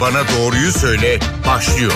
Bana Doğruyu Söyle başlıyor.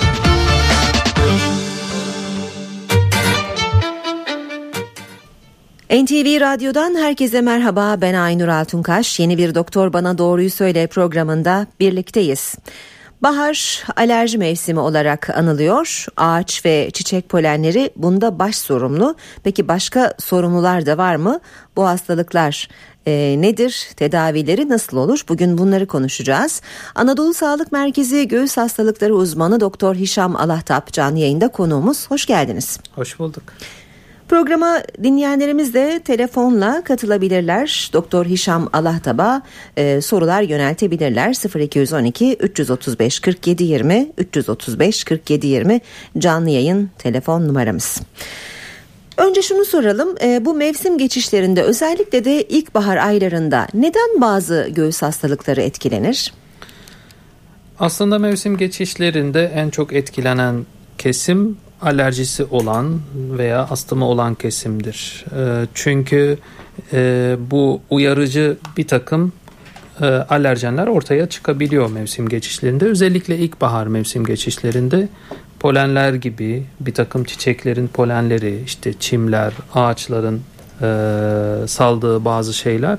NTV Radyo'dan herkese merhaba, ben Aynur Altunkaş. Yeni bir Doktor Bana Doğruyu Söyle programında birlikteyiz. Bahar alerji mevsimi olarak anılıyor. Ağaç ve çiçek polenleri bunda baş sorumlu. Peki başka sorumlular da var mı? Bu hastalıklar nedir? Tedavileri nasıl olur? Bugün bunları konuşacağız. Anadolu Sağlık Merkezi Göğüs Hastalıkları Uzmanı Doktor Hişam Alahtap canlı yayında konuğumuz. Hoş geldiniz. Hoş bulduk. Programa dinleyenlerimiz de telefonla katılabilirler. Doktor Hişam Alahtap'a sorular yöneltebilirler. 0212 335 47 20 335 47 20 canlı yayın telefon numaramız. Önce şunu soralım. Bu mevsim geçişlerinde, özellikle de ilkbahar aylarında neden bazı göğüs hastalıkları etkilenir? Aslında mevsim geçişlerinde en çok etkilenen kesim alerjisi olan veya astımı olan kesimdir. Çünkü bu uyarıcı bir takım alerjenler ortaya çıkabiliyor mevsim geçişlerinde. Özellikle ilkbahar mevsim geçişlerinde polenler gibi bir takım çiçeklerin polenleri, işte çimler, ağaçların saldığı bazı şeyler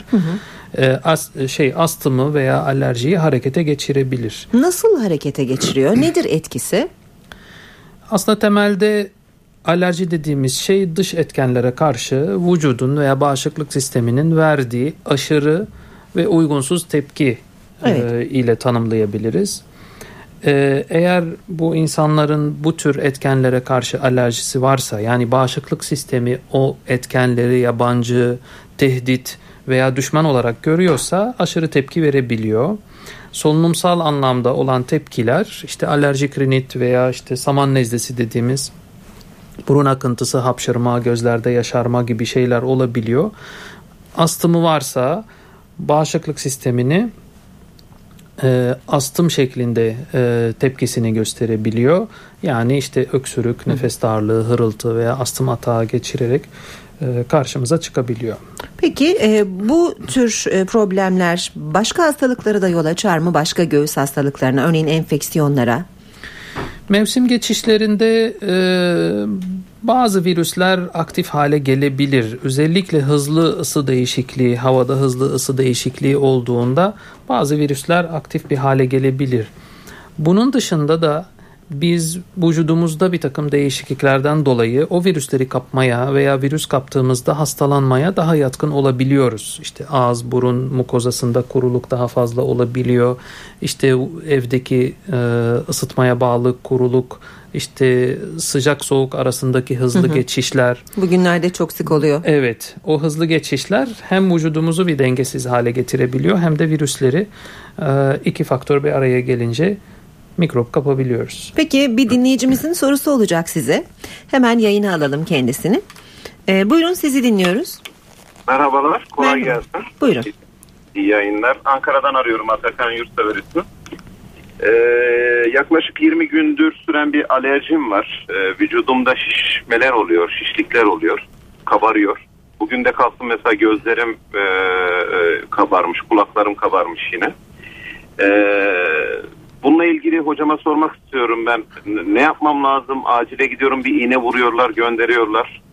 astımı veya alerjiyi harekete geçirebilir. Nasıl harekete geçiriyor? Nedir etkisi? Aslında temelde alerji dediğimiz şey dış etkenlere karşı vücudun veya bağışıklık sisteminin verdiği aşırı ve uygunsuz tepki ile tanımlayabiliriz. Eğer bu insanların bu tür etkenlere karşı alerjisi varsa, yani bağışıklık sistemi o etkenleri yabancı, tehdit veya düşman olarak görüyorsa aşırı tepki verebiliyor. Solunumsal anlamda olan tepkiler, işte alerjik rinit veya işte saman nezlesi dediğimiz burun akıntısı, hapşırma, gözlerde yaşarma gibi şeyler olabiliyor. Astımı varsa bağışıklık sistemini astım şeklinde tepkisini gösterebiliyor. Yani işte öksürük, nefes darlığı, hırıltı veya astım atağı geçirerek karşımıza çıkabiliyor. Peki bu tür problemler başka hastalıklara da yol açar mı? Başka göğüs hastalıklarına, örneğin enfeksiyonlara? Mevsim geçişlerinde bazı virüsler aktif hale gelebilir. Özellikle hızlı ısı değişikliği, havada hızlı ısı değişikliği olduğunda bazı virüsler aktif bir hale gelebilir. Bunun dışında da biz vücudumuzda bir takım değişikliklerden dolayı o virüsleri kapmaya veya virüs kaptığımızda hastalanmaya daha yatkın olabiliyoruz. İşte ağız, burun mukozasında kuruluk daha fazla olabiliyor. İşte evdeki ısıtmaya bağlı kuruluk, işte sıcak soğuk arasındaki hızlı geçişler. Bugünlerde çok sık oluyor. Evet, o hızlı geçişler hem vücudumuzu bir dengesiz hale getirebiliyor hem de virüsleri, iki faktör bir araya gelince mikrop kapabiliyoruz. Peki bir dinleyicimizin sorusu olacak size. Hemen yayına alalım kendisini. Buyurun, sizi dinliyoruz. Merhabalar, kolay gelsin. Buyurun. İyi yayınlar. Ankara'dan arıyorum, Atakan Yurtsever ismi. Yaklaşık 20 gündür süren bir alerjim var. Vücudumda şişmeler oluyor, şişlikler oluyor, kabarıyor. Bugün de kalktım mesela, gözlerim kabarmış, kulaklarım kabarmış yine. Bununla ilgili hocama sormak istiyorum ben. Ne yapmam lazım? Acile gidiyorum, bir iğne vuruyorlar, gönderiyorlar.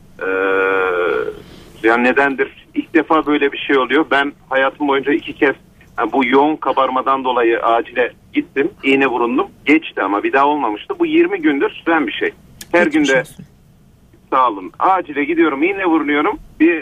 Yani nedendir? İlk defa böyle bir şey oluyor. Ben hayatım boyunca 2 kez bu yoğun kabarmadan dolayı acile gittim. İğne vurundum. Geçti ama bir daha olmamıştı. Bu 20 gündür süren bir şey. Her günde sağ olun. Acile gidiyorum, iğne vurunuyorum. Bir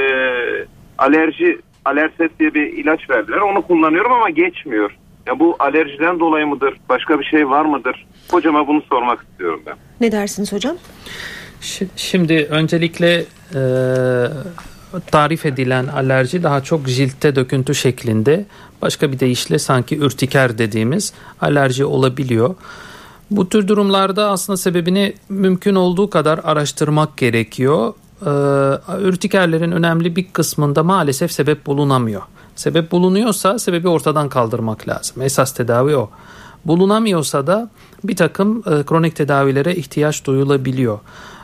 alerset diye bir ilaç verdiler. Onu kullanıyorum ama geçmiyor. Ya bu alerjiden dolayı mıdır? Başka bir şey var mıdır? Hocama bunu sormak istiyorum ben. Ne dersiniz hocam? Şimdi öncelikle tarif edilen alerji daha çok ciltte döküntü şeklinde, başka bir deyişle sanki ürtiker dediğimiz alerji olabiliyor. Bu tür durumlarda aslında sebebini mümkün olduğu kadar araştırmak gerekiyor. Ürtikerlerin önemli bir kısmında maalesef sebep bulunamıyor. Sebep bulunuyorsa sebebi ortadan kaldırmak lazım. Esas tedavi o. Bulunamıyorsa da bir takım kronik tedavilere ihtiyaç duyulabiliyor.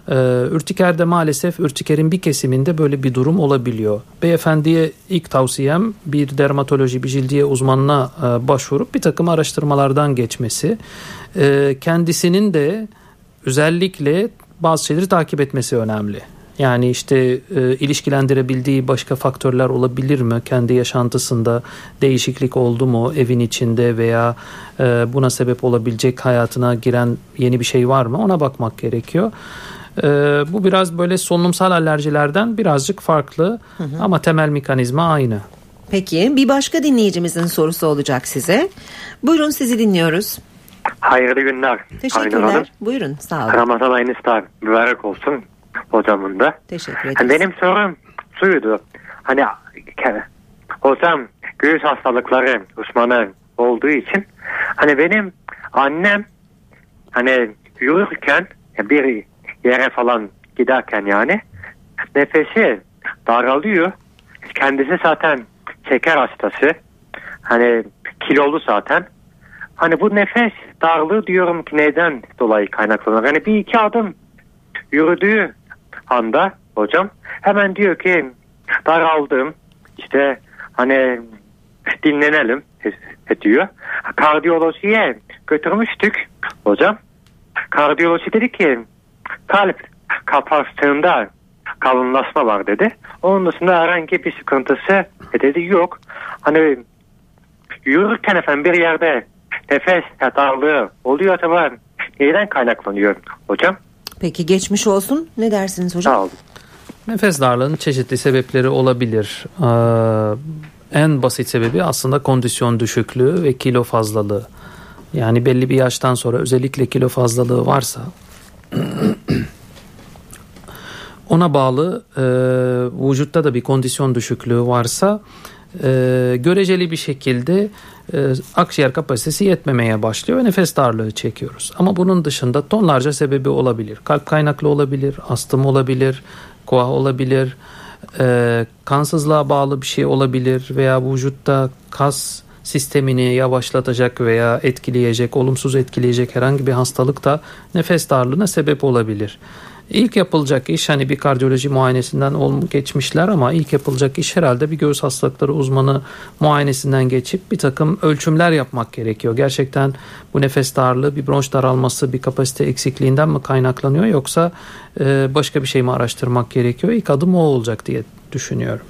Ürtiker'de maalesef ürtikerin bir kesiminde böyle bir durum olabiliyor. Beyefendiye ilk tavsiyem bir dermatoloji, bir cildiye uzmanına başvurup bir takım araştırmalardan geçmesi. Kendisinin de özellikle bazı şeyleri takip etmesi önemli. Yani işte ilişkilendirebildiği başka faktörler olabilir mi? Kendi yaşantısında değişiklik oldu mu? Evin içinde veya buna sebep olabilecek hayatına giren yeni bir şey var mı? Ona bakmak gerekiyor. Bu biraz böyle solunumsal alerjilerden birazcık farklı ama temel mekanizma aynı. Peki bir başka dinleyicimizin sorusu olacak size. Buyurun, sizi dinliyoruz. Hayırlı günler. Teşekkürler. Buyurun, sağ olun. Ramazan ayınız da mübarek olsun hocamın da. Teşekkür ederiz. Benim sorum şuydu. Hani hocam göğüs hastalıkları uzmanı olduğu için hani benim annem hani yürürken bir yere falan giderken yani nefesi daralıyor. Kendisi zaten şeker hastası. Hani kilolu zaten. Hani bu nefes darlığı diyorum ki neden dolayı kaynaklanıyor? Hani bir iki adım yürüdüğü anda hocam hemen diyor ki daraldım, işte hani dinlenelim diyor. Kardiyolojiye götürmüştük hocam. Kardiyoloji dedi ki kalp kapasitesinde kalınlaşma var dedi. Onun dışında herhangi bir sıkıntısı dedi yok. Hani yürürken efendim bir yerde nefes darlığı oluyor, acaba neyden kaynaklanıyor hocam? Peki geçmiş olsun. Ne dersiniz hocam? Sağ olun. Nefes darlığının çeşitli sebepleri olabilir. En basit sebebi aslında kondisyon düşüklüğü ve kilo fazlalığı. Yani belli bir yaştan sonra özellikle kilo fazlalığı varsa ona bağlı vücutta da bir kondisyon düşüklüğü varsa göreceli bir şekilde akciğer kapasitesi yetmemeye başlıyor ve nefes darlığı çekiyoruz. Ama bunun dışında tonlarca sebebi olabilir. Kalp kaynaklı olabilir, astım olabilir, koa olabilir, kansızlığa bağlı bir şey olabilir veya vücutta kas sistemini yavaşlatacak veya etkileyecek, olumsuz etkileyecek herhangi bir hastalık da nefes darlığına sebep olabilir. İlk yapılacak iş, hani bir kardiyoloji muayenesinden geçmişler ama ilk yapılacak iş herhalde bir göğüs hastalıkları uzmanı muayenesinden geçip bir takım ölçümler yapmak gerekiyor. Gerçekten bu nefes darlığı bir bronş daralması, bir kapasite eksikliğinden mi kaynaklanıyor yoksa başka bir şey mi araştırmak gerekiyor? İlk adım o olacak diye düşünüyorum.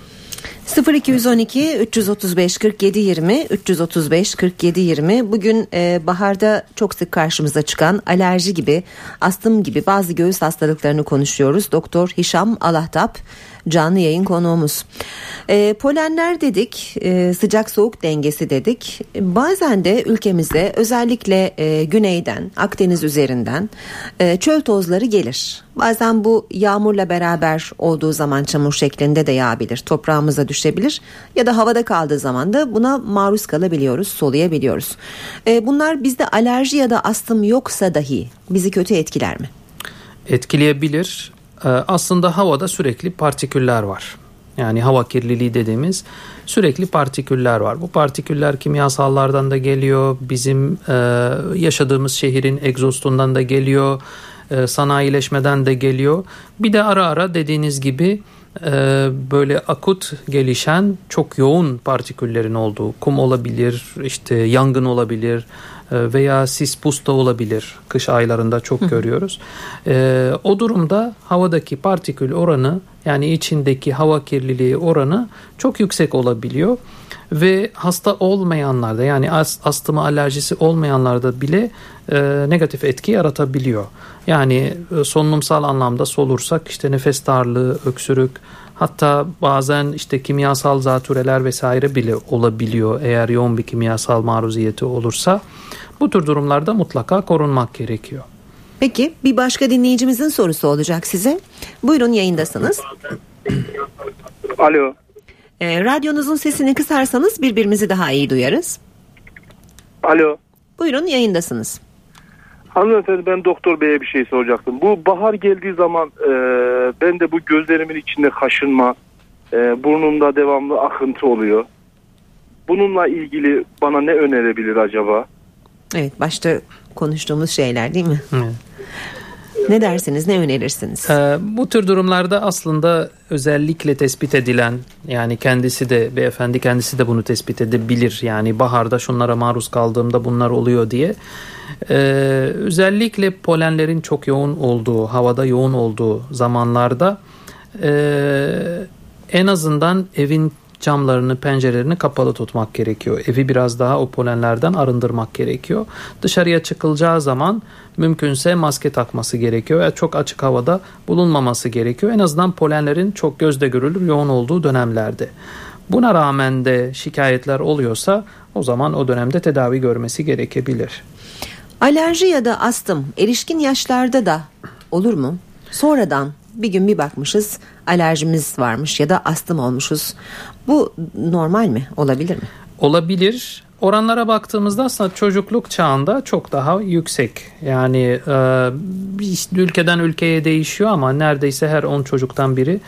0212 335 47 20 335 47 20. Bugün baharda çok sık karşımıza çıkan alerji gibi, astım gibi bazı göğüs hastalıklarını konuşuyoruz. Doktor Hişam Alahtap canlı yayın konuğumuz. Polenler dedik, sıcak soğuk dengesi dedik. Bazen de ülkemize özellikle güneyden, Akdeniz üzerinden çöl tozları gelir. Bazen bu yağmurla beraber olduğu zaman çamur şeklinde de yağabilir, toprağımıza düşebilir ya da havada kaldığı zaman da buna maruz kalabiliyoruz, soluyabiliyoruz. Bunlar bizde alerji ya da astım yoksa dahi bizi kötü etkiler mi? Etkileyebilir. Aslında havada sürekli partiküller var. Yani hava kirliliği dediğimiz sürekli partiküller var. Bu partiküller kimyasallardan da geliyor, bizim yaşadığımız şehrin egzostundan da geliyor, sanayileşmeden de geliyor. Bir de ara ara dediğiniz gibi böyle akut gelişen çok yoğun partiküllerin olduğu, kum olabilir, işte yangın olabilir veya sis pus da olabilir. Kış aylarında çok görüyoruz. O durumda havadaki partikül oranı, yani içindeki hava kirliliği oranı çok yüksek olabiliyor. Ve hasta olmayanlarda, yani astımı, alerjisi olmayanlarda bile negatif etki yaratabiliyor. Yani solunumsal anlamda solursak işte nefes darlığı, öksürük, hatta bazen işte kimyasal zatüreler vesaire bile olabiliyor eğer yoğun bir kimyasal maruziyeti olursa. Bu tür durumlarda mutlaka korunmak gerekiyor. Peki bir başka dinleyicimizin sorusu olacak size. Buyurun, yayındasınız. Alo. Radyonuzun sesini kısarsanız birbirimizi daha iyi duyarız. Alo. Buyurun, yayındasınız. Hanımefendi, ben doktor beye bir şey soracaktım. Bu bahar geldiği zaman ben de bu gözlerimin içinde kaşınma, burnumda devamlı akıntı oluyor. Bununla ilgili bana ne önerebilir acaba? Evet, başta konuştuğumuz şeyler değil mi? Evet. Ne dersiniz, ne önerirsiniz? Bu tür durumlarda aslında özellikle tespit edilen, yani kendisi de, beyefendi kendisi de bunu tespit edebilir. Yani baharda şunlara maruz kaldığımda bunlar oluyor diye. Özellikle polenlerin çok yoğun olduğu, havada yoğun olduğu zamanlarda en azından evin camlarını, pencerelerini kapalı tutmak gerekiyor. Evi biraz daha o polenlerden arındırmak gerekiyor. Dışarıya çıkılacağı zaman mümkünse maske takması gerekiyor ve çok açık havada bulunmaması gerekiyor. En azından polenlerin çok gözle görülür yoğun olduğu dönemlerde. Buna rağmen de şikayetler oluyorsa o zaman o dönemde tedavi görmesi gerekebilir. Alerji ya da astım erişkin yaşlarda da olur mu? Sonradan bir gün bir bakmışız alerjimiz varmış ya da astım olmuşuz. Bu normal mi? Olabilir mi? Olabilir. Oranlara baktığımızda aslında çocukluk çağında çok daha yüksek. Yani ülkeden ülkeye değişiyor ama neredeyse her 10 çocuktan biri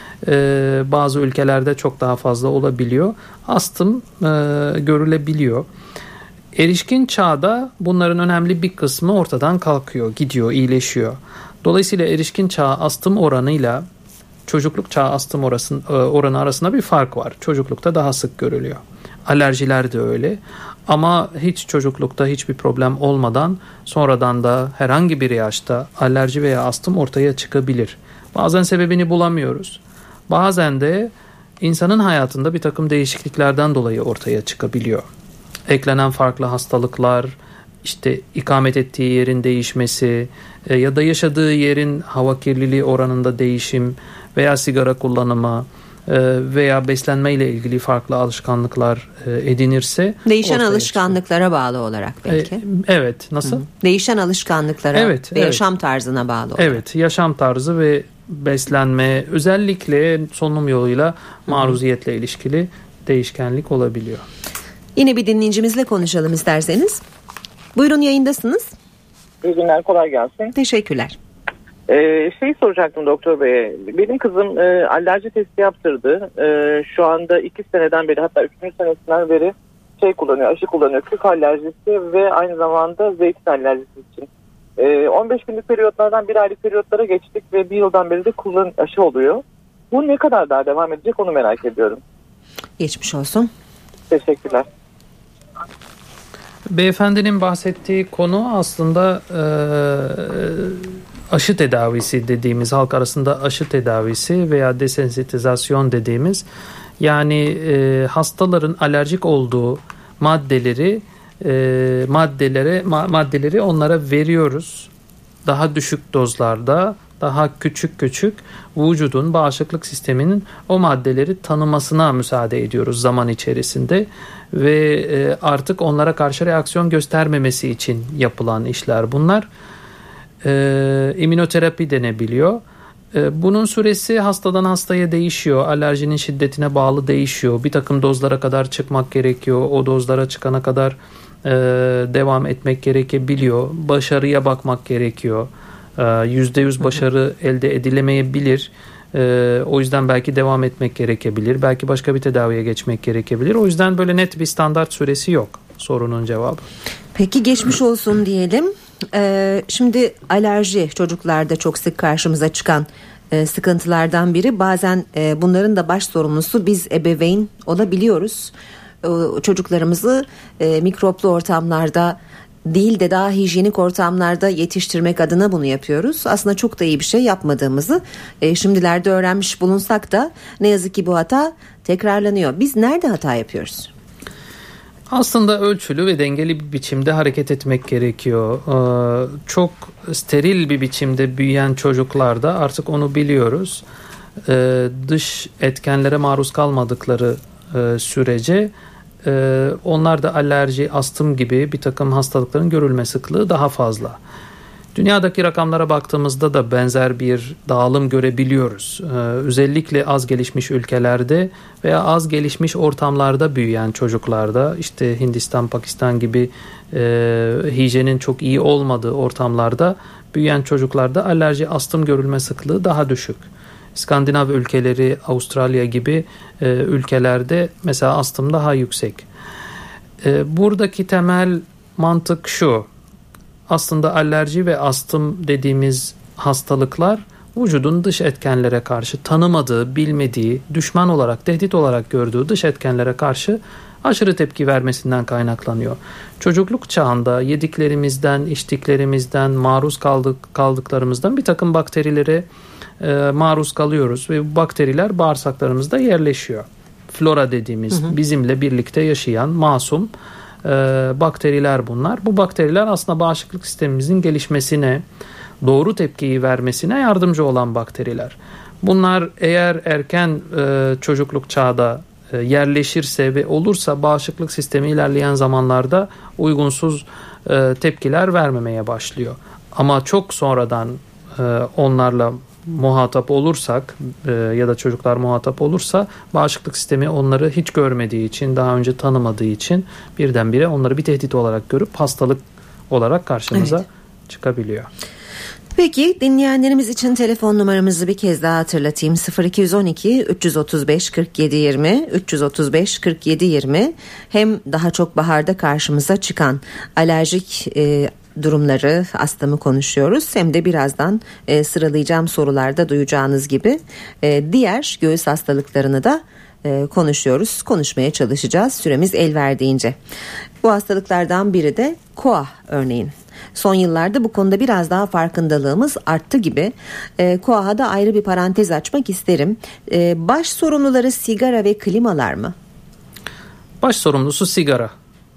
bazı ülkelerde çok daha fazla olabiliyor. Astım görülebiliyor. Erişkin çağda bunların önemli bir kısmı ortadan kalkıyor, gidiyor, iyileşiyor. Dolayısıyla erişkin çağ astım oranıyla çocukluk çağ astım oranı arasında bir fark var. Çocuklukta daha sık görülüyor. Alerjiler de öyle. Ama hiç çocuklukta hiçbir problem olmadan sonradan da herhangi bir yaşta alerji veya astım ortaya çıkabilir. Bazen sebebini bulamıyoruz. Bazen de insanın hayatında bir takım değişikliklerden dolayı ortaya çıkabiliyor. Eklenen farklı hastalıklar, işte ikamet ettiği yerin değişmesi ya da yaşadığı yerin hava kirliliği oranında değişim veya sigara kullanımı veya beslenme ile ilgili farklı alışkanlıklar edinirse değişen alışkanlıklara bağlı olarak belki. Evet, nasıl? Değişen alışkanlıklara ve yaşam tarzına bağlı olarak. Evet, yaşam tarzı ve beslenme, özellikle solunum yoluyla maruziyetle ilişkili değişkenlik olabiliyor. Yine bir dinleyicimizle konuşalım isterseniz. Buyurun, yayındasınız. İyi günler, kolay gelsin. Teşekkürler. Soracaktım doktor beye. Benim kızım alerji testi yaptırdı. Şu anda 2 seneden beri, hatta 3. senesinden beri kullanıyor, aşı kullanıyor. Kök alerjisi ve aynı zamanda zeytin alerjisi için. 15 günlük periyotlardan 1 aylık periyotlara geçtik ve 1 yıldan beri de aşı oluyor. Bu ne kadar daha devam edecek onu merak ediyorum. Geçmiş olsun. Teşekkürler. Beyefendinin bahsettiği konu aslında aşı tedavisi dediğimiz, halk arasında aşı tedavisi veya desensitizasyon dediğimiz, yani hastaların alerjik olduğu maddeleri onlara veriyoruz. Daha düşük dozlarda, daha küçük vücudun, bağışıklık sisteminin o maddeleri tanımasına müsaade ediyoruz zaman içerisinde ve artık onlara karşı reaksiyon göstermemesi için yapılan işler bunlar. İmmünoterapi denebiliyor. Bunun süresi hastadan hastaya değişiyor. Alerjinin şiddetine bağlı değişiyor. Bir takım dozlara kadar çıkmak gerekiyor. O dozlara çıkana kadar devam etmek gerekebiliyor. Başarıya bakmak gerekiyor. %100 başarı elde edilemeyebilir. O yüzden belki devam etmek gerekebilir. Belki başka bir tedaviye geçmek gerekebilir. O yüzden böyle net bir standart süresi yok sorunun cevabı. Peki, geçmiş olsun diyelim. Şimdi alerji çocuklarda çok sık karşımıza çıkan sıkıntılardan biri. Bazen bunların da baş sorumlusu biz ebeveyn olabiliyoruz. Çocuklarımızı mikroplu ortamlarda değil de daha hijyenik ortamlarda yetiştirmek adına bunu yapıyoruz. Aslında çok da iyi bir şey yapmadığımızı şimdilerde öğrenmiş bulunsak da ne yazık ki bu hata tekrarlanıyor. Biz nerede hata yapıyoruz? Aslında ölçülü ve dengeli bir biçimde hareket etmek gerekiyor. Çok steril bir biçimde büyüyen çocuklarda artık onu biliyoruz. Dış etkenlere maruz kalmadıkları sürece onlar da alerji, astım gibi bir takım hastalıkların görülme sıklığı daha fazla. Dünyadaki rakamlara baktığımızda da benzer bir dağılım görebiliyoruz. Özellikle az gelişmiş ülkelerde veya az gelişmiş ortamlarda büyüyen çocuklarda, işte Hindistan, Pakistan gibi hijyenin çok iyi olmadığı ortamlarda büyüyen çocuklarda alerji, astım görülme sıklığı daha düşük. İskandinav ülkeleri, Avustralya gibi ülkelerde mesela astım daha yüksek. Buradaki temel mantık şu: aslında alerji ve astım dediğimiz hastalıklar vücudun dış etkenlere karşı tanımadığı, bilmediği, düşman olarak, tehdit olarak gördüğü dış etkenlere karşı aşırı tepki vermesinden kaynaklanıyor. Çocukluk çağında yediklerimizden, içtiklerimizden, maruz kaldıklarımızdan bir takım bakterilere maruz kalıyoruz ve bu bakteriler bağırsaklarımızda yerleşiyor. Flora dediğimiz bizimle birlikte yaşayan masum bakteriler bunlar. Bu bakteriler aslında bağışıklık sistemimizin gelişmesine, doğru tepkiyi vermesine yardımcı olan bakteriler. Bunlar eğer erken çocukluk çağda yerleşirse ve olursa bağışıklık sistemi ilerleyen zamanlarda uygunsuz tepkiler vermemeye başlıyor. Ama çok sonradan onlarla muhatap olursak ya da çocuklar muhatap olursa bağışıklık sistemi onları hiç görmediği için, daha önce tanımadığı için birdenbire onları bir tehdit olarak görüp hastalık olarak karşımıza çıkabiliyor. Peki dinleyenlerimiz için telefon numaramızı bir kez daha hatırlatayım. 0212 335 47 20 335 47 20. Hem daha çok baharda karşımıza çıkan alerjik durumları, astımı konuşuyoruz. Hem de birazdan sıralayacağım sorularda duyacağınız gibi diğer göğüs hastalıklarını da konuşuyoruz. Konuşmaya çalışacağız süremiz el verdiğince. Bu hastalıklardan biri de KOAH örneğin. Son yıllarda bu konuda biraz daha farkındalığımız arttı gibi. KOAH'a da ayrı bir parantez açmak isterim. Baş sorumluları sigara ve klimalar mı? Baş sorumlusu sigara.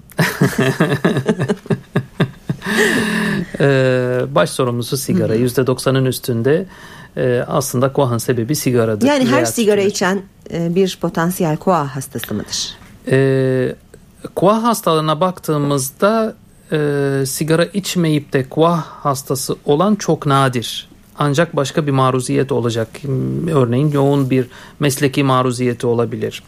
Baş sorumlusu sigara. %90'ın üstünde aslında KOAH'ın sebebi sigaradır. Yani her sigara içen bir potansiyel KOAH hastası mıdır? KOAH hastalığına baktığımızda sigara içmeyip de KOAH hastası olan çok nadir. Ancak başka bir maruziyet olacak. Örneğin yoğun bir mesleki maruziyeti olabilir.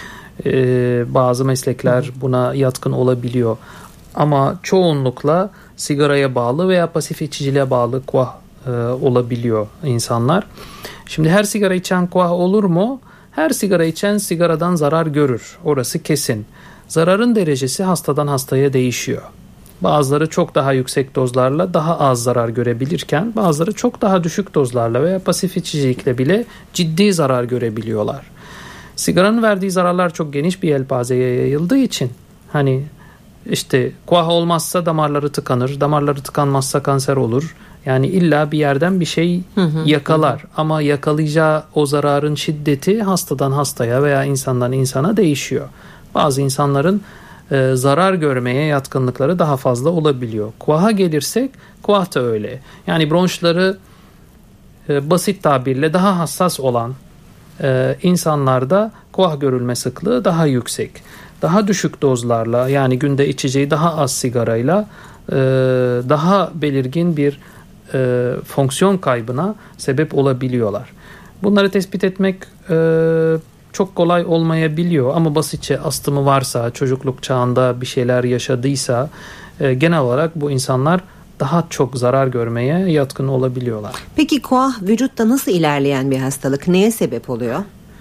Bazı meslekler buna yatkın olabiliyor. Ama çoğunlukla sigaraya bağlı veya pasif içiciliğe bağlı KOAH olabiliyor insanlar. Şimdi her sigara içen KOAH olur mu? Her sigara içen sigaradan zarar görür. Orası kesin. Zararın derecesi hastadan hastaya değişiyor. Bazıları çok daha yüksek dozlarla daha az zarar görebilirken bazıları çok daha düşük dozlarla veya pasif içicilikle bile ciddi zarar görebiliyorlar. Sigaranın verdiği zararlar çok geniş bir yelpazeye yayıldığı için hani işte KOAH olmazsa damarları tıkanır, damarları tıkanmazsa kanser olur. Yani illa bir yerden bir şey yakalar ama yakalayacağı o zararın şiddeti hastadan hastaya veya insandan insana değişiyor. Bazı insanların zarar görmeye yatkınlıkları daha fazla olabiliyor. KOAH'a gelirsek KOAH da öyle. Yani bronşları basit tabirle daha hassas olan insanlarda KOAH görülme sıklığı daha yüksek. Daha düşük dozlarla yani günde içeceği daha az sigarayla daha belirgin bir fonksiyon kaybına sebep olabiliyorlar. Bunları tespit etmek çok kolay olmayabiliyor ama basitçe astımı varsa, çocukluk çağında bir şeyler yaşadıysa genel olarak bu insanlar daha çok zarar görmeye yatkın olabiliyorlar. Peki KOAH vücutta nasıl ilerleyen bir hastalık? Neye sebep oluyor?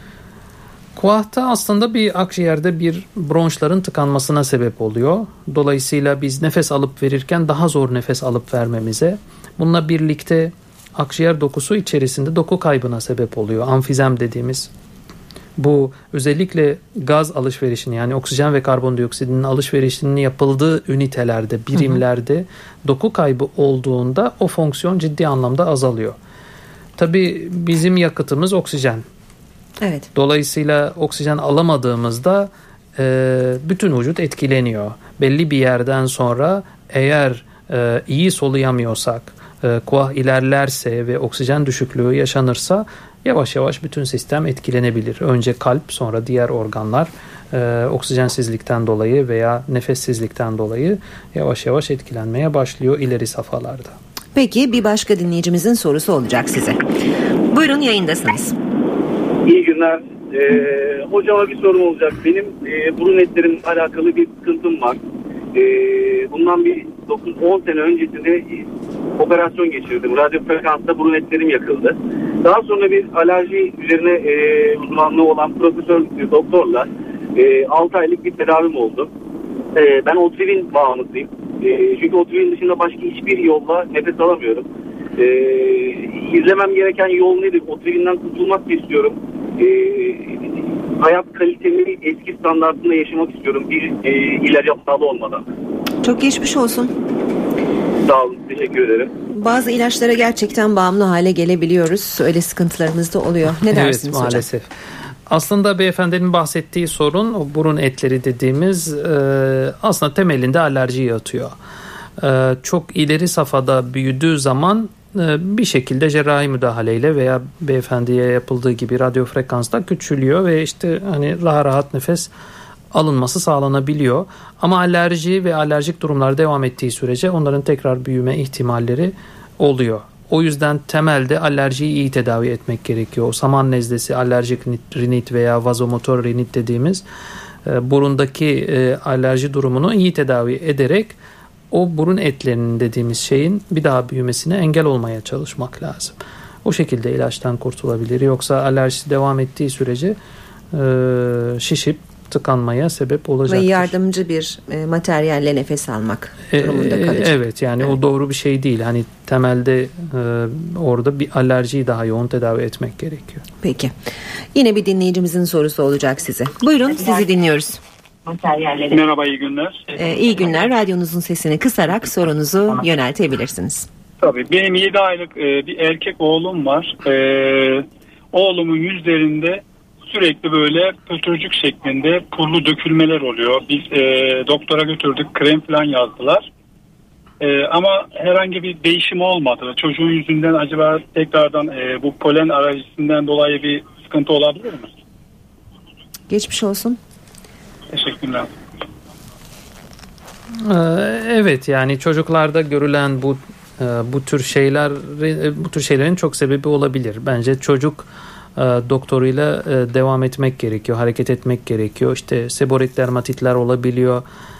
KOAH'ta aslında bir akciğerde bir bronşların tıkanmasına sebep oluyor. Dolayısıyla biz nefes alıp verirken daha zor nefes alıp vermemize, bununla birlikte akciğer dokusu içerisinde doku kaybına sebep oluyor. Amfizem dediğimiz bu özellikle gaz alışverişini yani oksijen ve karbondioksitinin alışverişinin yapıldığı ünitelerde, birimlerde doku kaybı olduğunda o fonksiyon ciddi anlamda azalıyor. Tabii bizim yakıtımız oksijen. Evet. Dolayısıyla oksijen alamadığımızda bütün vücut etkileniyor. Belli bir yerden sonra eğer iyi soluyamıyorsak, KOAH ilerlerse ve oksijen düşüklüğü yaşanırsa yavaş yavaş bütün sistem etkilenebilir. Önce kalp, sonra diğer organlar oksijensizlikten dolayı veya nefessizlikten dolayı yavaş yavaş etkilenmeye başlıyor ileri safhalarda. Peki bir başka dinleyicimizin sorusu olacak size. Buyurun, yayındasınız. İyi günler. Hocama bir sorum olacak. Benim burun etlerimle alakalı bir sıkıntım var. Bundan bir 9-10 sene öncesinde operasyon geçirdim. Radyo frekansta burun etlerim yakıldı. Daha sonra bir alerji üzerine uzmanlığı olan profesör doktorla 6 aylık bir tedavim oldu. Ben Otrivin bağımlısıyım. Çünkü Otrivin dışında başka hiçbir yolla nefes alamıyorum. İzlemem gereken yol nedir? O tribinden kurtulmak istiyorum. Hayat kalitemi eski standartında yaşamak istiyorum. Bir ilaca bağlı olmadan. Çok geçmiş olsun. Sağ olun. Teşekkür ederim. Bazı ilaçlara gerçekten bağımlı hale gelebiliyoruz. Öyle sıkıntılarımız da oluyor. Ne dersiniz hocam? Evet, maalesef. Aslında beyefendinin bahsettiği sorun, o burun etleri dediğimiz aslında temelinde alerji yatıyor. Çok ileri safhada büyüdüğü zaman bir şekilde cerrahi müdahaleyle veya beyefendiye yapıldığı gibi radyo frekansta küçülüyor ve işte hani rahat nefes alınması sağlanabiliyor. Ama alerji ve alerjik durumlar devam ettiği sürece onların tekrar büyüme ihtimalleri oluyor. O yüzden temelde alerjiyi iyi tedavi etmek gerekiyor. Saman nezlesi, alerjik rinit veya vazomotor rinit dediğimiz burundaki alerji durumunu iyi tedavi ederek o burun etlerinin dediğimiz şeyin bir daha büyümesine engel olmaya çalışmak lazım. O şekilde ilaçtan kurtulabilir. Yoksa alerjisi devam ettiği sürece şişip tıkanmaya sebep olacaktır. Ve yardımcı bir materyalle nefes almak durumunda kalacak. Evet, yani o doğru bir şey değil. Hani temelde orada bir alerjiyi daha yoğun tedavi etmek gerekiyor. Peki. Yine bir dinleyicimizin sorusu olacak size. Buyurun, sizi dinliyoruz. Merhaba, iyi günler. İyi günler. Radyonuzun sesini kısarak sorunuzu yöneltebilirsiniz. Tabii. Benim 7 aylık bir erkek oğlum var. Oğlumun yüzlerinde sürekli böyle pötürcük şeklinde pullu dökülmeler oluyor. Biz doktora götürdük, krem falan yazdılar. Ama herhangi bir değişim olmadı. Çocuğun yüzünden acaba tekrardan bu polen alerjisinden dolayı bir sıkıntı olabilir mi? Geçmiş olsun. Teşekkürler. Evet, yani çocuklarda görülen bu tür şeylerin çok sebebi olabilir. Bence çocuk doktoruyla devam etmek gerekiyor, hareket etmek gerekiyor. İşte seborik dermatitler olabiliyor.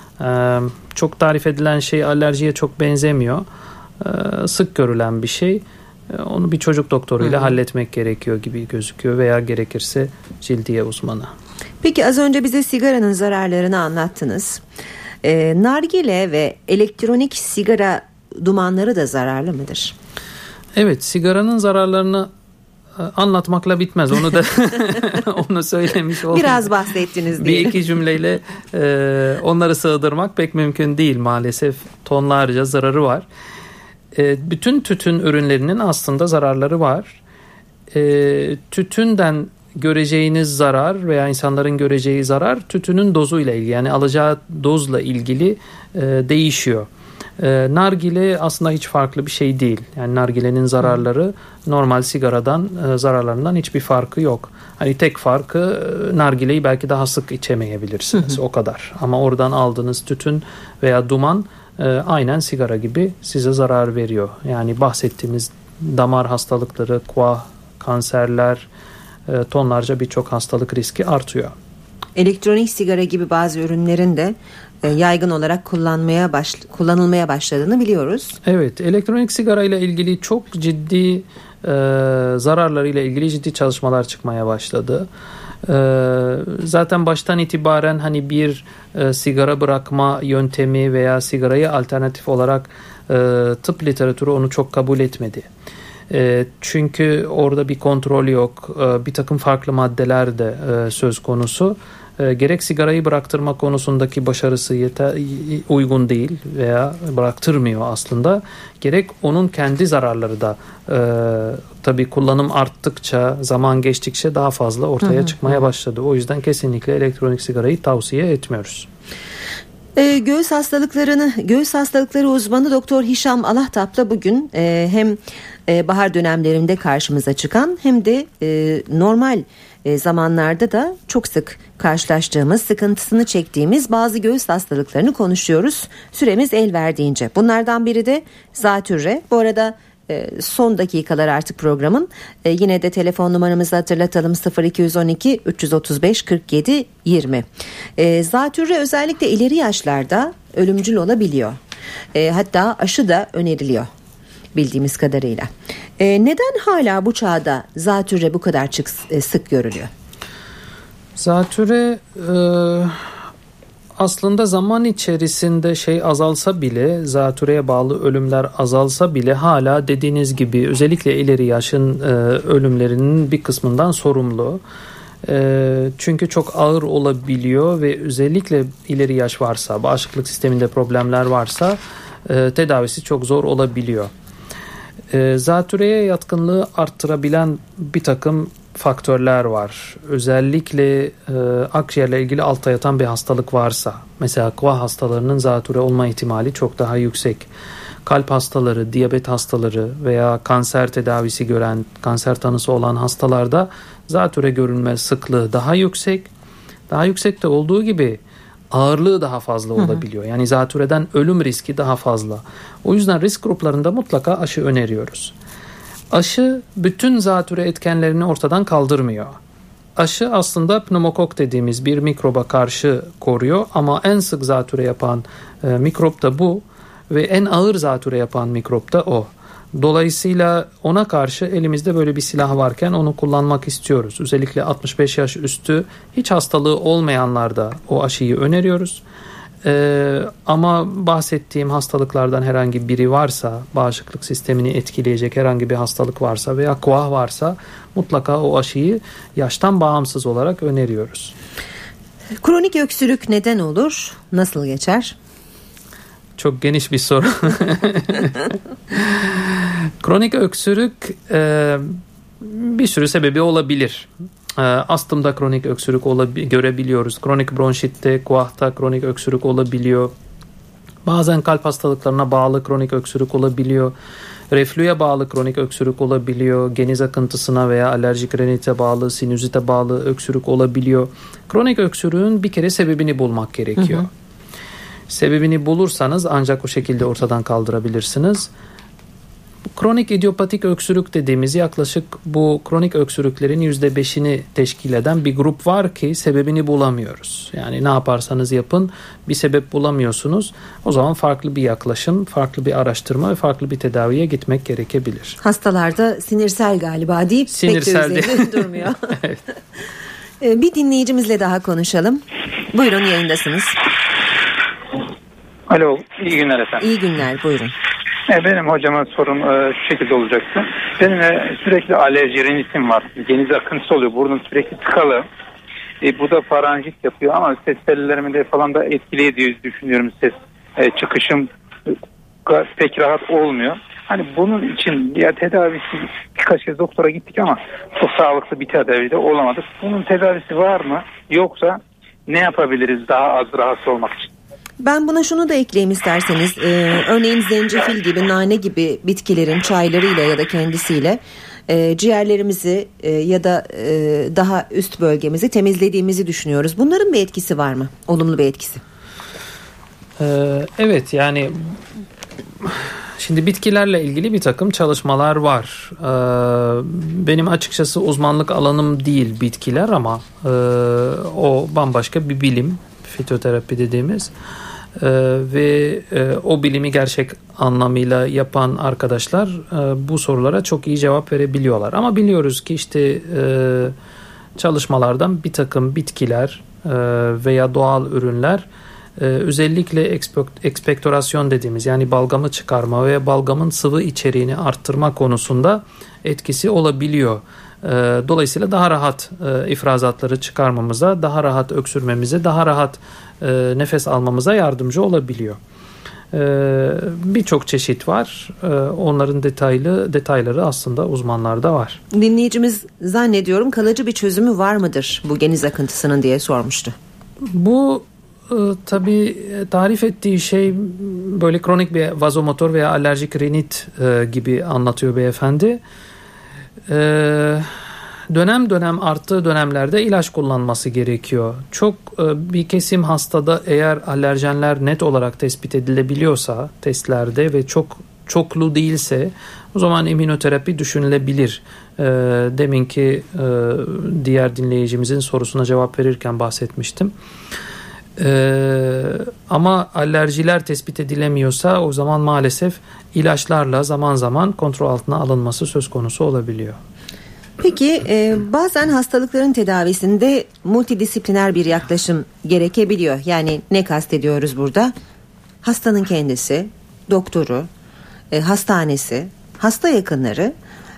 Çok tarif edilen şey alerjiye çok benzemiyor. Sık görülen bir şey. Onu bir çocuk doktoruyla halletmek gerekiyor gibi gözüküyor veya gerekirse cildiye uzmanı. Peki az önce bize sigaranın zararlarını anlattınız. Nargile ve elektronik sigara dumanları da zararlı mıdır? Evet, sigaranın zararlarını anlatmakla bitmez. Onu da onu söylemiş oldum. Biraz bahsettiniz diye. Bir iki cümleyle onları sığdırmak pek mümkün değil maalesef. Tonlarca zararı var. Bütün tütün ürünlerinin aslında zararları var. Tütünden göreceğiniz zarar veya insanların göreceği zarar tütünün dozuyla ilgili, yani alacağı dozla ilgili değişiyor. Nargile aslında hiç farklı bir şey değil. Yani nargilenin zararları normal sigaradan zararlarından hiçbir farkı yok. Hani tek farkı nargileyi belki daha sık içemeyebilirsiniz, o kadar. Ama oradan aldığınız tütün veya duman aynen sigara gibi size zarar veriyor. Yani bahsettiğimiz damar hastalıkları, kuah, kanserler, tonlarca birçok hastalık riski artıyor. Elektronik sigara gibi bazı ürünlerin de yaygın olarak kullanılmaya başladığını biliyoruz. Evet, elektronik sigara ile ilgili çok ciddi zararlarıyla ilgili ciddi çalışmalar çıkmaya başladı. Zaten baştan itibaren hani bir sigara bırakma yöntemi veya sigarayı alternatif olarak tıp literatürü onu çok kabul etmedi. Çünkü orada bir kontrol yok, bir takım farklı maddeler de söz konusu. Gerek sigarayı bıraktırma konusundaki başarısı uygun değil veya bıraktırmıyor aslında. Gerek onun kendi zararları da tabii kullanım arttıkça, zaman geçtikçe daha fazla ortaya çıkmaya başladı. O yüzden kesinlikle elektronik sigarayı tavsiye etmiyoruz. Göğüs hastalıkları uzmanı Doktor Hişam Alahtap'la bugün hem bahar dönemlerinde karşımıza çıkan hem de normal zamanlarda da çok sık karşılaştığımız, sıkıntısını çektiğimiz bazı göğüs hastalıklarını konuşuyoruz. Süremiz el verdiğince. Bunlardan biri de zatürre. Bu arada son dakikalar artık programın. Yine de telefon numaramızı hatırlatalım: 0212 335 47 20. Zatürre özellikle ileri yaşlarda ölümcül olabiliyor. Hatta aşı da öneriliyor bildiğimiz kadarıyla. Neden hala bu çağda zatürre bu kadar sık görülüyor? Zatürre aslında zaman içerisinde azalsa bile, zatürreye bağlı ölümler azalsa bile hala dediğiniz gibi özellikle ileri yaşın ölümlerinin bir kısmından sorumlu. Çünkü çok ağır olabiliyor ve özellikle ileri yaş varsa, bağışıklık sisteminde problemler varsa tedavisi çok zor olabiliyor. Zatürreye yatkınlığı arttırabilen bir takım faktörler var. Özellikle akciğerle ilgili altta yatan bir hastalık varsa, mesela KOAH hastalarının zatürre olma ihtimali çok daha yüksek. Kalp hastaları, diyabet hastaları veya kanser tedavisi gören, kanser tanısı olan hastalarda zatürre görülme sıklığı daha yüksek. Daha yüksekte olduğu gibi ağırlığı daha fazla olabiliyor. Yani zatürreden ölüm riski daha fazla. O yüzden risk gruplarında mutlaka aşı öneriyoruz. Aşı bütün zatürre etkenlerini ortadan kaldırmıyor. Aşı aslında pneumokok dediğimiz bir mikroba karşı koruyor ama en sık zatürre yapan mikrop da bu ve en ağır zatürre yapan mikrop da o. Dolayısıyla ona karşı elimizde böyle bir silah varken onu kullanmak istiyoruz. Özellikle 65 yaş üstü hiç hastalığı olmayanlarda o aşıyı öneriyoruz. Ama bahsettiğim hastalıklardan herhangi biri varsa, bağışıklık sistemini etkileyecek herhangi bir hastalık varsa veya KOAH varsa mutlaka o aşıyı yaştan bağımsız olarak öneriyoruz. Kronik öksürük neden olur? Nasıl geçer? Çok geniş bir soru. Kronik öksürük bir sürü sebebi olabilir. Astımda kronik öksürük görebiliyoruz. Kronik bronşitte, KOAH'ta kronik öksürük olabiliyor. Bazen kalp hastalıklarına bağlı kronik öksürük olabiliyor. Reflüye bağlı kronik öksürük olabiliyor. Geniz akıntısına veya alerjik rinite bağlı, sinüzite bağlı öksürük olabiliyor. Kronik öksürüğün bir kere sebebini bulmak gerekiyor. Sebebini bulursanız ancak o şekilde ortadan kaldırabilirsiniz. Kronik idiopatik öksürük dediğimiz yaklaşık bu kronik öksürüklerin %5'ini teşkil eden bir grup var ki sebebini bulamıyoruz. Yani ne yaparsanız yapın bir sebep bulamıyorsunuz. O zaman farklı bir yaklaşım, farklı bir araştırma ve farklı bir tedaviye gitmek gerekebilir. Hastalarda sinirsel galiba deyip pek de üzerinde durmuyor. Evet. Bir dinleyicimizle daha konuşalım. Buyurun, yayındasınız. Alo, iyi günler efendim. İyi günler, buyurun. Benim hocama sorum şu şekilde olacaktı. Benim sürekli alerji, rinitim var. Geniz akıntısı oluyor. Burnum sürekli tıkalı. Bu da faranjit yapıyor ama ses tellerimi de falan da etkili ediyor düşünüyorum. Ses çıkışım pek rahat olmuyor. Hani bunun için ya tedavisi birkaç kez doktora gittik ama çok sağlıklı bir tedavi de olamadık. Bunun tedavisi var mı? Yoksa ne yapabiliriz daha az rahatsız olmak için? Ben buna şunu da ekleyeyim isterseniz. Örneğin zencefil gibi, nane gibi bitkilerin çaylarıyla ya da kendisiyle ciğerlerimizi ya da daha üst bölgemizi temizlediğimizi düşünüyoruz. Bunların bir etkisi var mı? Olumlu bir etkisi. Evet, yani şimdi bitkilerle ilgili bir takım çalışmalar var. Benim açıkçası uzmanlık alanım değil bitkiler ama o bambaşka bir bilim. Fitoterapi dediğimiz ve o bilimi gerçek anlamıyla yapan arkadaşlar bu sorulara çok iyi cevap verebiliyorlar. Ama biliyoruz ki işte çalışmalardan bir takım bitkiler veya doğal ürünler özellikle ekspektorasyon dediğimiz yani balgamı çıkarma ve balgamın sıvı içeriğini arttırma konusunda etkisi olabiliyor. Dolayısıyla daha rahat ifrazatları çıkarmamıza, daha rahat öksürmemize, daha rahat nefes almamıza yardımcı olabiliyor. Birçok çeşit var. Onların detayları aslında uzmanlarda var. Dinleyicimiz zannediyorum kalıcı bir çözümü var mıdır bu geniz akıntısının diye sormuştu. Bu tabii tarif ettiği şey böyle kronik bir vazomotor veya alerjik rinit gibi anlatıyor beyefendi. Dönem dönem arttığı dönemlerde ilaç kullanması gerekiyor. Çok bir kesim hastada eğer alerjenler net olarak tespit edilebiliyorsa testlerde ve çoklu değilse o zaman immünoterapi düşünülebilir. Deminki diğer dinleyicimizin sorusuna cevap verirken bahsetmiştim. Ama alerjiler tespit edilemiyorsa o zaman maalesef ilaçlarla zaman zaman kontrol altına alınması söz konusu olabiliyor. Peki bazen hastalıkların tedavisinde multidisipliner bir yaklaşım gerekebiliyor. Yani ne kastediyoruz burada? Hastanın kendisi, doktoru, hastanesi, hasta yakınları,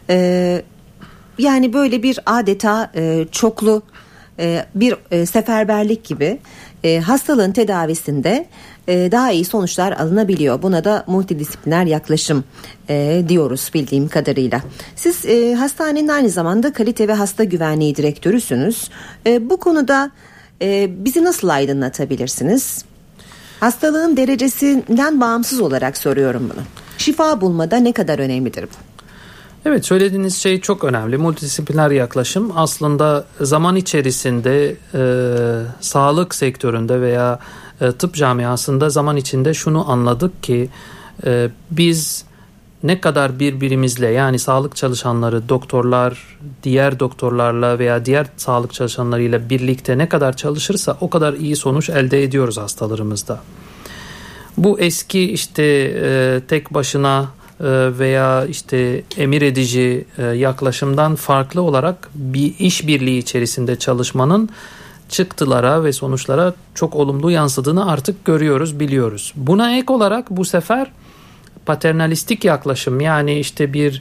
yani böyle bir adeta çoklu bir seferberlik gibi hastalığın tedavisinde daha iyi sonuçlar alınabiliyor. Buna da multidisipliner yaklaşım diyoruz bildiğim kadarıyla. Siz hastanenin aynı zamanda kalite ve hasta güvenliği direktörüsünüz. Bu konuda bizi nasıl aydınlatabilirsiniz? Hastalığın derecesinden bağımsız olarak soruyorum bunu. Şifa bulmada ne kadar önemlidir bu? Evet, söylediğiniz şey çok önemli. Multidisipliner yaklaşım aslında zaman içerisinde sağlık sektöründe veya tıp camiasında zaman içinde şunu anladık ki biz ne kadar birbirimizle, yani sağlık çalışanları, doktorlar, diğer doktorlarla veya diğer sağlık çalışanlarıyla birlikte ne kadar çalışırsa o kadar iyi sonuç elde ediyoruz hastalarımızda. Bu eski tek başına veya emir edici yaklaşımdan farklı olarak bir işbirliği içerisinde çalışmanın çıktılara ve sonuçlara çok olumlu yansıdığını artık görüyoruz, biliyoruz. Buna ek olarak bu sefer paternalistik yaklaşım, yani bir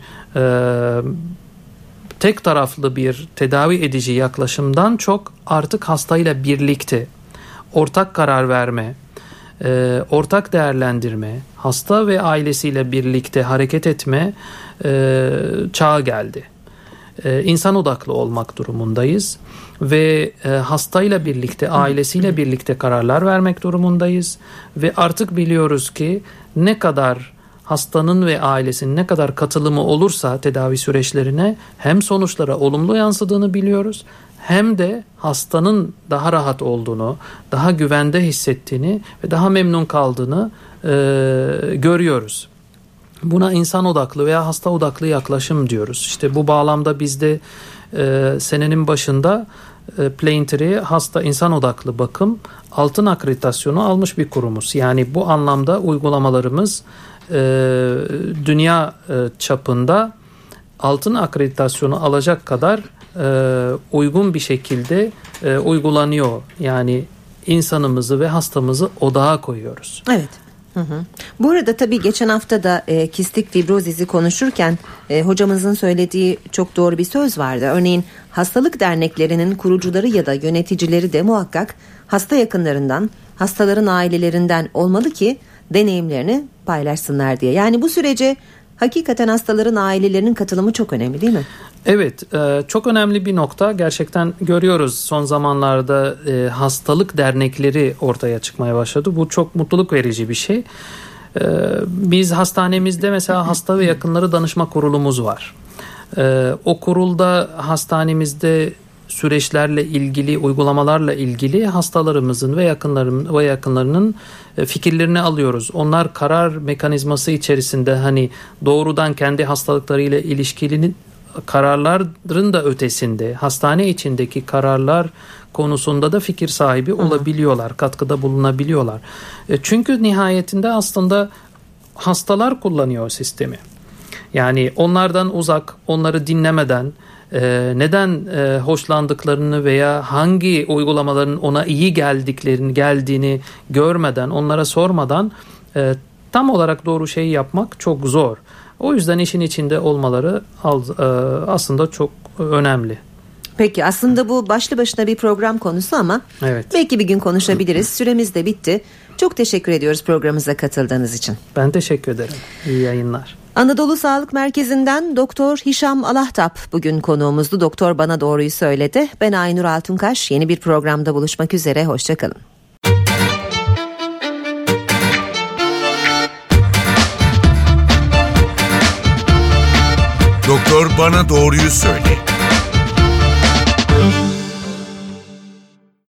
tek taraflı bir tedavi edici yaklaşımdan çok artık hastayla birlikte ortak karar verme, ortak değerlendirme, hasta ve ailesiyle birlikte hareket etme çağı geldi. İnsan odaklı olmak durumundayız ve hastayla birlikte, ailesiyle birlikte kararlar vermek durumundayız ve artık biliyoruz ki ne kadar hastanın ve ailesinin ne kadar katılımı olursa tedavi süreçlerine hem sonuçlara olumlu yansıdığını biliyoruz, hem de hastanın daha rahat olduğunu, daha güvende hissettiğini ve daha memnun kaldığını görüyoruz. Buna insan odaklı veya hasta odaklı yaklaşım diyoruz. Bu bağlamda biz de senenin başında Plaintree hasta insan odaklı bakım altın akreditasyonu almış bir kurumuz. Yani bu anlamda uygulamalarımız dünya çapında altın akreditasyonu alacak kadar uygun bir şekilde uygulanıyor. Yani insanımızı ve hastamızı odağa koyuyoruz. Evet. Bu arada tabii geçen hafta da kistik fibrozizi konuşurken hocamızın söylediği çok doğru bir söz vardı. Örneğin hastalık derneklerinin kurucuları ya da yöneticileri de muhakkak hasta yakınlarından, hastaların ailelerinden olmalı ki deneyimlerini paylaşsınlar diye. Yani bu sürece hakikaten hastaların ailelerinin katılımı çok önemli, değil mi? Evet, çok önemli bir nokta. Gerçekten görüyoruz son zamanlarda hastalık dernekleri ortaya çıkmaya başladı. Bu çok mutluluk verici bir şey. Biz hastanemizde mesela hasta ve yakınları danışma kurulumuz var. O kurulda hastanemizde süreçlerle ilgili, uygulamalarla ilgili hastalarımızın ve yakınlarının fikirlerini alıyoruz. Onlar karar mekanizması içerisinde doğrudan kendi hastalıklarıyla ilişkili kararların da ötesinde hastane içindeki kararlar konusunda da fikir sahibi olabiliyorlar, katkıda bulunabiliyorlar. Çünkü nihayetinde aslında hastalar kullanıyor sistemi. Yani onlardan uzak, onları dinlemeden, neden hoşlandıklarını veya hangi uygulamaların ona iyi geldiğini görmeden, onlara sormadan tam olarak doğru şeyi yapmak çok zor. O yüzden işin içinde olmaları aslında çok önemli. Peki, aslında bu başlı başına bir program konusu ama evet, belki bir gün konuşabiliriz. Süremiz de bitti. Çok teşekkür ediyoruz programımıza katıldığınız için. Ben teşekkür ederim. İyi yayınlar. Anadolu Sağlık Merkezi'nden Doktor Hişam Alahtap bugün konuğumuzdu. Doktor bana doğruyu söyledi. Ben Aynur Altunkaş. Yeni bir programda buluşmak üzere. Hoşçakalın. Doktor bana doğruyu söyle.